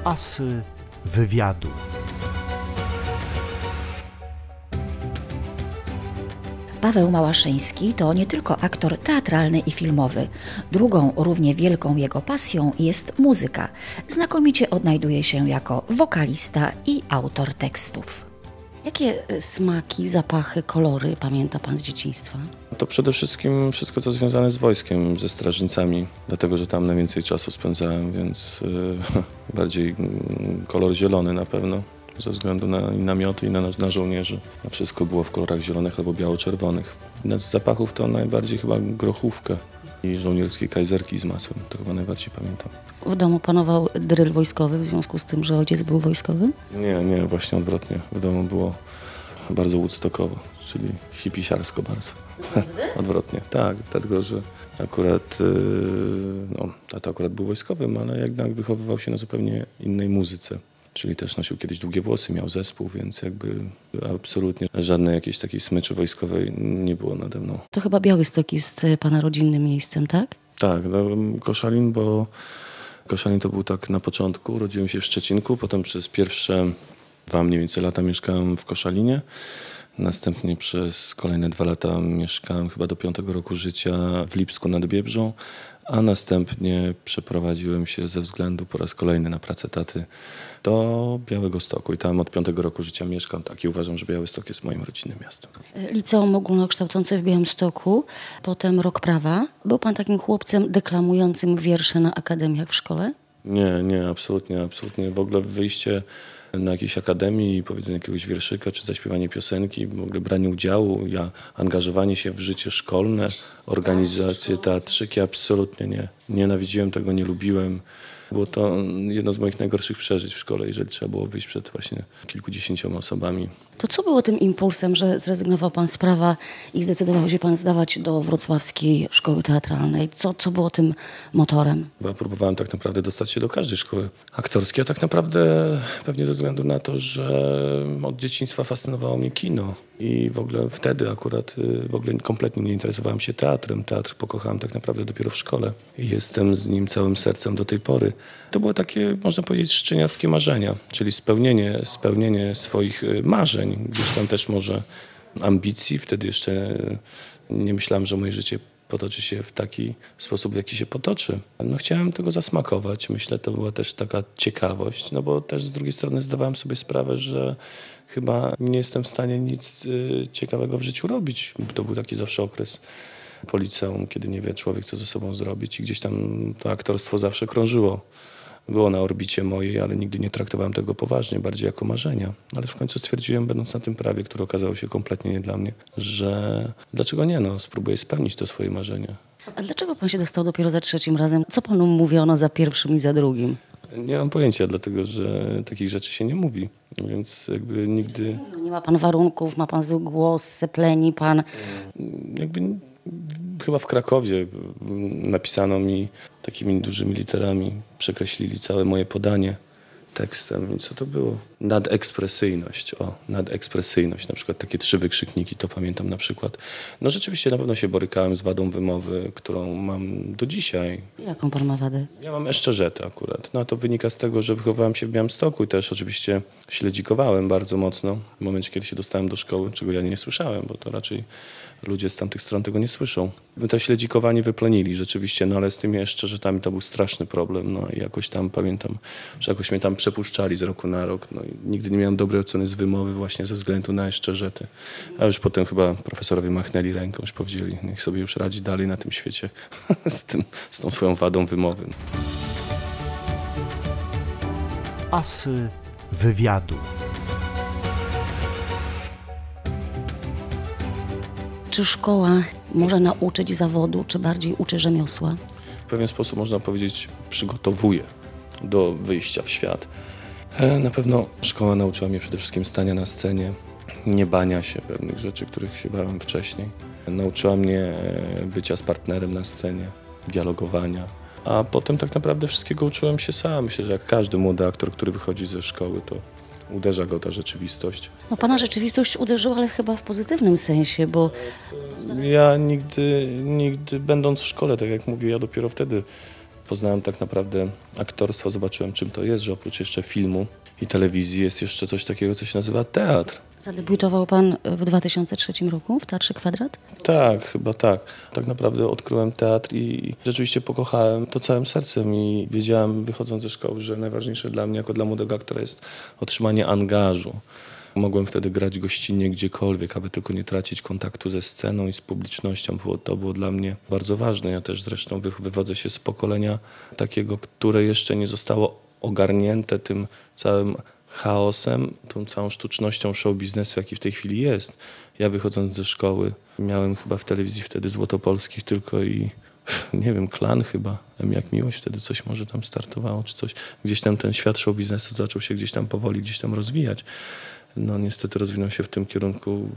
Asy wywiadu. Paweł Małaszyński to nie tylko aktor teatralny i filmowy. Drugą, równie wielką jego pasją jest muzyka. Znakomicie odnajduje się jako wokalista i autor tekstów. Jakie smaki, zapachy, kolory pamięta pan z dzieciństwa? To przede wszystkim wszystko, co związane z wojskiem, ze strażnicami, dlatego, że tam najwięcej czasu spędzałem, więc bardziej kolor zielony na pewno, ze względu na i namioty i na żołnierzy. A wszystko było w kolorach zielonych albo biało-czerwonych. Z zapachów to najbardziej chyba grochówkę i żołnierskie kajzerki z masłem, to chyba najbardziej pamiętam. W domu panował dryl wojskowy w związku z tym, że ojciec był wojskowym? Nie, właśnie odwrotnie. W domu było bardzo woodstockowo, czyli hipisiarsko bardzo. Odwrotnie, tak, dlatego, że akurat, tata akurat był wojskowym, ale jednak wychowywał się na zupełnie innej muzyce. Czyli też nosił kiedyś długie włosy, miał zespół, więc jakby absolutnie żadnej jakiejś takiej smyczy wojskowej nie było nade mną. To chyba Białystok jest pana rodzinnym miejscem, tak? Tak, Koszalin, bo Koszalin to był tak na początku. Urodziłem się w Szczecinku, potem przez pierwsze 2 mniej więcej lata mieszkałem w Koszalinie. Następnie przez kolejne 2 lata mieszkałem chyba do 5 roku życia w Lipsku nad Biebrzą, a następnie przeprowadziłem się ze względu po raz kolejny na pracę taty do Białegostoku i tam od 5 roku życia mieszkam. Tak, i uważam, że Białystok jest moim rodzinnym miastem. Liceum ogólnokształcące w Białymstoku, potem rok prawa. Był pan takim chłopcem deklamującym wiersze na akademiach w szkole? Nie, absolutnie. W ogóle wyjście na jakiejś akademii i powiedzenie jakiegoś wierszyka, czy zaśpiewanie piosenki, w ogóle branie udziału, angażowanie się w życie szkolne, organizacje, teatrzyki, absolutnie nie. Nienawidziłem tego, nie lubiłem. Było to jedno z moich najgorszych przeżyć w szkole, jeżeli trzeba było wyjść przed właśnie kilkudziesięcioma osobami. To co było tym impulsem, że zrezygnował pan z prawa i zdecydował się pan zdawać do Wrocławskiej Szkoły Teatralnej? Co było tym motorem? Bo ja próbowałem tak naprawdę dostać się do każdej szkoły aktorskiej, a tak naprawdę pewnie ze względu na to, że od dzieciństwa fascynowało mnie kino i w ogóle wtedy akurat w ogóle kompletnie nie interesowałem się teatrem. Teatr pokochałem tak naprawdę dopiero w szkole i jestem z nim całym sercem do tej pory. To było takie, można powiedzieć, szczeniackie marzenia, czyli spełnienie swoich marzeń, gdzieś tam też może ambicji. Wtedy jeszcze nie myślałem, że moje życie potoczy się w taki sposób, w jaki się potoczy. Chciałem tego zasmakować. Myślę, to była też taka ciekawość, bo też z drugiej strony zdawałem sobie sprawę, że chyba nie jestem w stanie nic ciekawego w życiu robić. To był taki zawsze okres po liceum, kiedy nie wie człowiek, co ze sobą zrobić i gdzieś tam to aktorstwo zawsze krążyło. Było na orbicie mojej, ale nigdy nie traktowałem tego poważnie, bardziej jako marzenia. Ale w końcu stwierdziłem, będąc na tym prawie, które okazało się kompletnie nie dla mnie, że dlaczego nie, spróbuję spełnić to swoje marzenie. A dlaczego pan się dostał dopiero za 3. razem? Co panu mówiono za pierwszym i za drugim? Nie mam pojęcia, dlatego że takich rzeczy się nie mówi, więc jakby nigdy... Nie ma pan warunków, ma pan zły głos, sepleni pan. Chyba w Krakowie napisano mi takimi dużymi literami, przekreślili całe moje podanie tekstem. I co to było? Nadekspresyjność. Nadekspresyjność. Na przykład takie 3 wykrzykniki, to pamiętam na przykład. Rzeczywiście na pewno się borykałem z wadą wymowy, którą mam do dzisiaj. Jaką pan ma wadę? Ja mam eszczerzety akurat. To wynika z tego, że wychowałem się w Białymstoku i też oczywiście śledzikowałem bardzo mocno. W momencie, kiedy się dostałem do szkoły, czego ja nie słyszałem, bo to raczej ludzie z tamtych stron tego nie słyszą. To śledzikowanie wyplenili rzeczywiście, ale z tymi eszczerzetami to był straszny problem. I jakoś tam pamiętam, że jakoś mnie tam przepuszczali z roku na rok. I nigdy nie miałem dobrej oceny z wymowy właśnie ze względu na eszczerzety. A już potem chyba profesorowie machnęli ręką, już powiedzieli, niech sobie już radzi dalej na tym świecie z tą swoją wadą wymowy. Asy wywiadu. Czy szkoła może nauczyć zawodu, czy bardziej uczy rzemiosła? W pewien sposób można powiedzieć przygotowuje do wyjścia w świat. Na pewno szkoła nauczyła mnie przede wszystkim stania na scenie, nie bania się pewnych rzeczy, których się bałem wcześniej. Nauczyła mnie bycia z partnerem na scenie, dialogowania, a potem tak naprawdę wszystkiego uczyłem się sam. Myślę, że jak każdy młody aktor, który wychodzi ze szkoły, to uderza go ta rzeczywistość. Pana rzeczywistość uderzyła, ale chyba w pozytywnym sensie, bo... Ja nigdy będąc w szkole, tak jak mówię, ja dopiero wtedy poznałem tak naprawdę aktorstwo, zobaczyłem czym to jest, że oprócz jeszcze filmu i telewizji jest jeszcze coś takiego, co się nazywa teatr. Zadebiutował pan w 2003 roku w Teatrze Kwadrat? Tak, chyba tak. Tak naprawdę odkryłem teatr i rzeczywiście pokochałem to całym sercem i wiedziałem, wychodząc ze szkoły, że najważniejsze dla mnie jako dla młodego aktora jest otrzymanie angażu. Mogłem wtedy grać gościnnie gdziekolwiek, aby tylko nie tracić kontaktu ze sceną i z publicznością. To było dla mnie bardzo ważne. Ja też zresztą wywodzę się z pokolenia takiego, które jeszcze nie zostało ogarnięte tym całym chaosem, tą całą sztucznością show biznesu, jaki w tej chwili jest. Ja wychodząc ze szkoły miałem chyba w telewizji wtedy Złotopolskich tylko i nie wiem, Klan chyba, jak Miłość wtedy coś może tam startowało czy coś. Gdzieś tam ten świat show biznesu zaczął się gdzieś tam powoli, gdzieś tam rozwijać. No niestety rozwinął się w tym kierunku,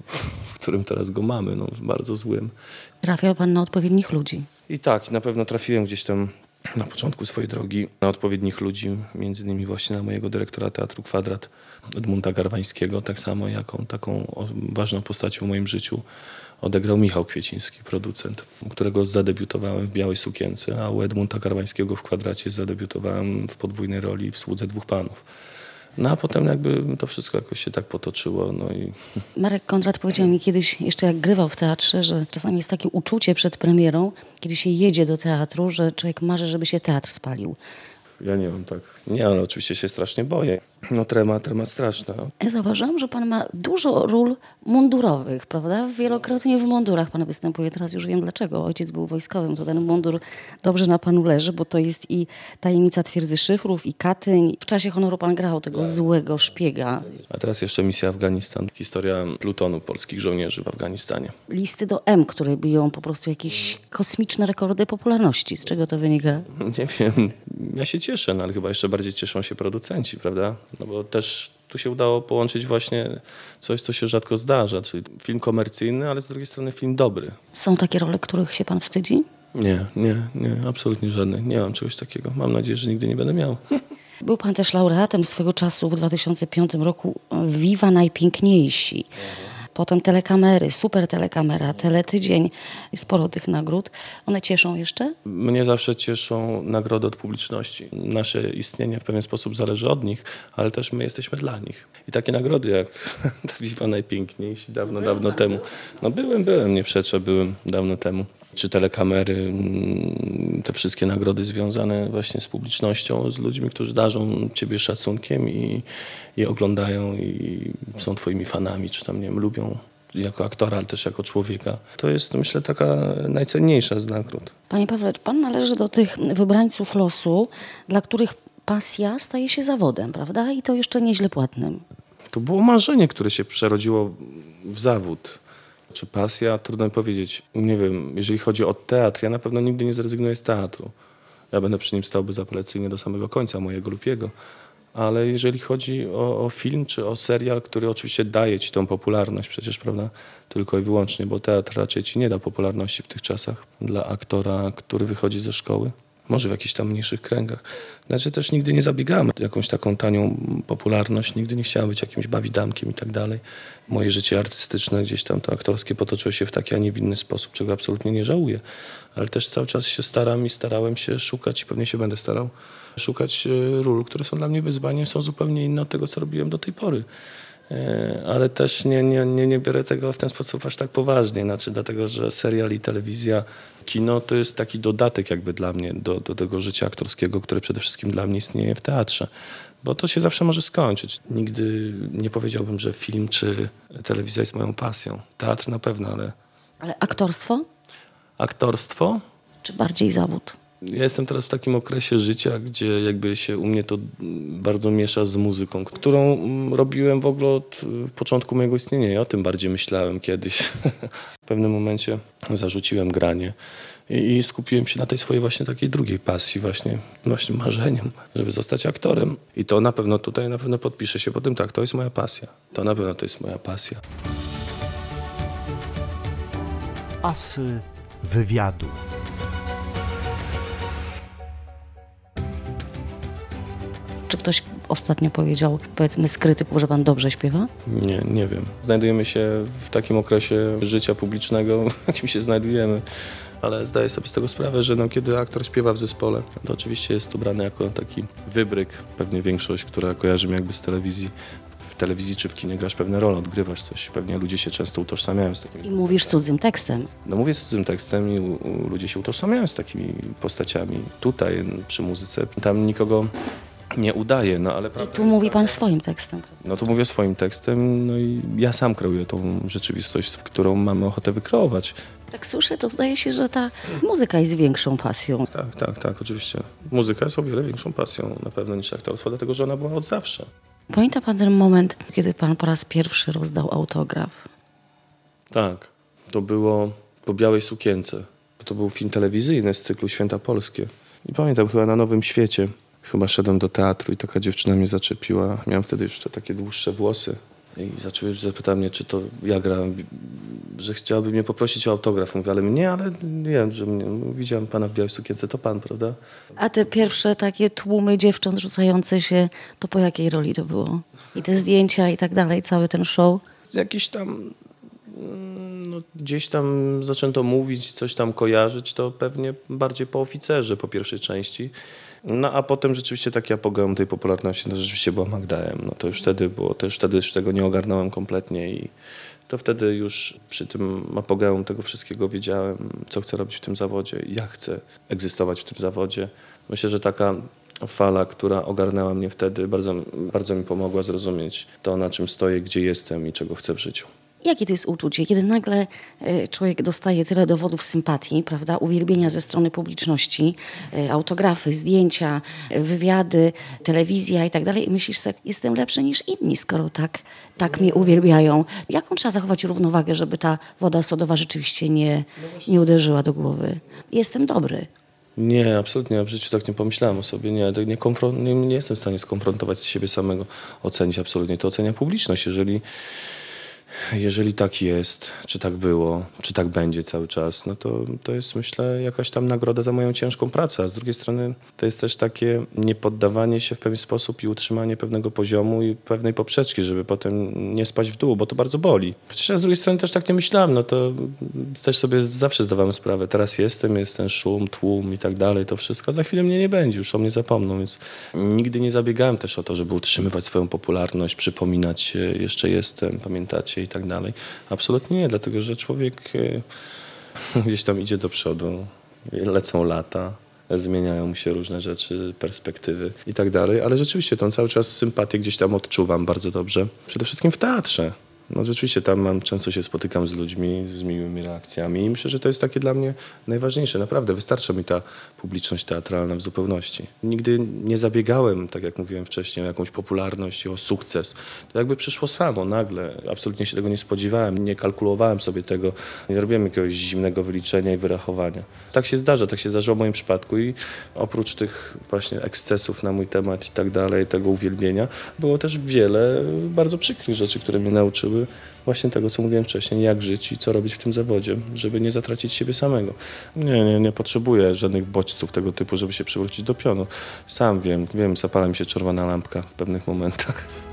w którym teraz go mamy, no bardzo złym. Trafiał pan na odpowiednich ludzi. I tak, na pewno trafiłem gdzieś tam na początku swojej drogi na odpowiednich ludzi, między innymi właśnie na mojego dyrektora Teatru Kwadrat, Edmunda Garwańskiego, tak samo jaką taką ważną postacią w moim życiu odegrał Michał Kwieciński, producent, u którego zadebiutowałem w Białej sukience, a u Edmunda Garwańskiego w Kwadracie zadebiutowałem w podwójnej roli w Słudze dwóch panów. No a potem jakby to wszystko jakoś się tak potoczyło. No i... Marek Kondrat powiedział mi kiedyś, jeszcze jak grywał w teatrze, że czasami jest takie uczucie przed premierą, kiedy się jedzie do teatru, że człowiek marzy, żeby się teatr spalił. Ja nie mam tak. Nie, ale oczywiście się strasznie boję. No trema straszna. Ja zauważyłam, że pan ma dużo ról mundurowych, prawda? Wielokrotnie w mundurach pan występuje. Teraz już wiem dlaczego. Ojciec był wojskowym, to ten mundur dobrze na panu leży, bo to jest i Tajemnica Twierdzy Szyfrów, i Katyń. W Czasie honoru pan grał tego złego szpiega. A teraz jeszcze misja Afganistan. Historia plutonu polskich żołnierzy w Afganistanie. Listy do M, które biją po prostu jakieś kosmiczne rekordy popularności. Z czego to wynika? Nie wiem. Ja się cieszę, no ale chyba jeszcze bardziej cieszą się producenci, prawda? No bo też tu się udało połączyć właśnie coś, co się rzadko zdarza, czyli film komercyjny, ale z drugiej strony film dobry. Są takie role, których się pan wstydzi? Nie, absolutnie żadnej. Nie mam czegoś takiego. Mam nadzieję, że nigdy nie będę miał. Był pan też laureatem swego czasu w 2005 roku Viva Najpiękniejsi. Potem telekamery, super telekamera, teletydzień. Sporo tych nagród. One cieszą jeszcze? Mnie zawsze cieszą nagrody od publiczności. Nasze istnienie w pewien sposób zależy od nich, ale też my jesteśmy dla nich. I takie nagrody jak ta Viva Najpiękniejsi dawno temu. No byłem, nie przeczę, byłem dawno temu. Czy telekamery, te wszystkie nagrody związane właśnie z publicznością, z ludźmi, którzy darzą ciebie szacunkiem i oglądają i są twoimi fanami, czy tam, nie wiem, lubią jako aktora, ale też jako człowieka. To jest, myślę, taka najcenniejsza z nagród. Panie Pawle, pan należy do tych wybrańców losu, dla których pasja staje się zawodem, prawda? I to jeszcze nieźle płatnym. To było marzenie, które się przerodziło w zawód. Czy pasja? Trudno mi powiedzieć. Nie wiem, jeżeli chodzi o teatr, ja na pewno nigdy nie zrezygnuję z teatru. Ja będę przy nim stał bezapelacyjnie do samego końca, mojego lub jego. Ale jeżeli chodzi o film czy o serial, który oczywiście daje ci tą popularność przecież, prawda? Tylko i wyłącznie, bo teatr raczej ci nie da popularności w tych czasach dla aktora, który wychodzi ze szkoły. Może w jakichś tam mniejszych kręgach. Znaczy też nigdy nie zabiegałem o jakąś taką tanią popularność, nigdy nie chciałem być jakimś bawidamkiem i tak dalej. Moje życie artystyczne, gdzieś tam to aktorskie potoczyło się w taki, a nie w inny sposób, czego absolutnie nie żałuję. Ale też cały czas się staram i starałem się szukać, i pewnie się będę starał, szukać ról, które są dla mnie wyzwaniem, są zupełnie inne od tego, co robiłem do tej pory. Ale też nie biorę tego w ten sposób aż tak poważnie, znaczy dlatego, że serial i telewizja, kino to jest taki dodatek jakby dla mnie do tego życia aktorskiego, które przede wszystkim dla mnie istnieje w teatrze, bo to się zawsze może skończyć. Nigdy nie powiedziałbym, że film czy telewizja jest moją pasją. Teatr na pewno, ale... Ale aktorstwo? Aktorstwo? Czy bardziej zawód? Ja jestem teraz w takim okresie życia, gdzie jakby się u mnie to bardzo miesza z muzyką, którą robiłem w ogóle od początku mojego istnienia. Ja o tym bardziej myślałem kiedyś. W pewnym momencie zarzuciłem granie i skupiłem się na tej swojej właśnie takiej drugiej pasji, właśnie marzeniem, żeby zostać aktorem. I to na pewno tutaj podpiszę się po tym, tak, to jest moja pasja. To na pewno to jest moja pasja. Asy wywiadu. Czy ktoś ostatnio powiedział, powiedzmy z krytyków, że pan dobrze śpiewa? Nie wiem. Znajdujemy się w takim okresie życia publicznego, w jakim się znajdujemy. ale zdaję sobie z tego sprawę, że kiedy aktor śpiewa w zespole, to oczywiście jest to brane jako taki wybryk. Pewnie większość, która kojarzy mnie jakby z telewizji, w telewizji czy w kinie grasz pewne role, odgrywasz coś. Pewnie ludzie się często utożsamiają z takimi I mówisz cudzym tekstem. No mówię cudzym tekstem i ludzie się utożsamiają z takimi postaciami. Tutaj przy muzyce tam nikogo nie udaje, no ale prawda Tu jest mówi taka- pan swoim tekstem. No to mówię swoim tekstem, no i ja sam kreuję tą rzeczywistość, którą mamy ochotę wykreować. Tak słyszę, to zdaje się, że ta muzyka jest większą pasją. Tak, oczywiście. Muzyka jest o wiele większą pasją na pewno niż aktorstwo, dlatego że ona była od zawsze. Pamięta pan ten moment, kiedy pan po raz pierwszy rozdał autograf? Tak, to było po Białej Sukience. To był film telewizyjny z cyklu Święta Polskie. I pamiętam, chyba na Nowym Świecie. Chyba szedłem do teatru i taka dziewczyna mnie zaczepiła. Miałem wtedy jeszcze takie dłuższe włosy. I zapytała mnie, czy to ja gram, że chciałaby mnie poprosić o autograf. Mówię, ale mnie, ale nie wiem, że mnie. Widziałem pana w Białej Sukience, to pan, prawda? A te pierwsze takie tłumy dziewcząt rzucające się, to po jakiej roli to było? I te zdjęcia i tak dalej, cały ten show? Jakiś tam, no, gdzieś tam zaczęto mówić, coś tam kojarzyć, to pewnie bardziej po Oficerze, po pierwszej części. No a potem rzeczywiście taki apogeum tej popularności, to rzeczywiście była Magda M. No to już wtedy było, to już wtedy już tego nie ogarnąłem kompletnie i to wtedy już przy tym apogeum tego wszystkiego wiedziałem, co chcę robić w tym zawodzie, jak chcę egzystować w tym zawodzie. Myślę, że taka fala, która ogarnęła mnie wtedy, bardzo mi pomogła zrozumieć to, na czym stoję, gdzie jestem i czego chcę w życiu. Jakie to jest uczucie, kiedy nagle człowiek dostaje tyle dowodów sympatii, prawda, uwielbienia ze strony publiczności, autografy, zdjęcia, wywiady, telewizja i tak dalej i myślisz sobie, jestem lepszy niż inni, skoro tak mnie uwielbiają. Jaką trzeba zachować równowagę, żeby ta woda sodowa rzeczywiście nie uderzyła do głowy? Jestem dobry. Nie, absolutnie. Ja w życiu tak nie pomyślałem o sobie. Nie jestem w stanie skonfrontować siebie samego, ocenić absolutnie. To ocenia publiczność. Jeżeli tak jest, czy tak było, czy tak będzie cały czas, no to jest, myślę, jakaś tam nagroda za moją ciężką pracę. A z drugiej strony to jest też takie niepoddawanie się w pewien sposób i utrzymanie pewnego poziomu i pewnej poprzeczki, żeby potem nie spaść w dół, bo to bardzo boli. Chociaż ja z drugiej strony też tak nie myślałem, no to też sobie zawsze zdawałem sprawę. Teraz jest ten szum, tłum i tak dalej, to wszystko. Za chwilę mnie nie będzie, już o mnie zapomną, więc nigdy nie zabiegałem też o to, żeby utrzymywać swoją popularność, przypominać jeszcze jestem, pamiętacie i tak dalej. Absolutnie nie, dlatego że człowiek gdzieś tam idzie do przodu, lecą lata, zmieniają mu się różne rzeczy, perspektywy i tak dalej, ale rzeczywiście tą cały czas sympatię gdzieś tam odczuwam bardzo dobrze. Przede wszystkim w teatrze. No rzeczywiście tam często się spotykam z ludźmi, z miłymi reakcjami i myślę, że to jest takie dla mnie najważniejsze. Naprawdę wystarcza mi ta publiczność teatralna w zupełności. Nigdy nie zabiegałem, tak jak mówiłem wcześniej, o jakąś popularność, o sukces. To jakby przyszło samo, nagle. Absolutnie się tego nie spodziewałem, nie kalkulowałem sobie tego, nie robiłem jakiegoś zimnego wyliczenia i wyrachowania. Tak się zdarzyło w moim przypadku i oprócz tych właśnie ekscesów na mój temat i tak dalej, tego uwielbienia, było też wiele bardzo przykrych rzeczy, które mnie nauczyły właśnie tego, co mówiłem wcześniej, jak żyć i co robić w tym zawodzie, żeby nie zatracić siebie samego. Nie potrzebuję żadnych bodźców tego typu, żeby się przywrócić do pionu. Sam wiem, zapala mi się czerwona lampka w pewnych momentach.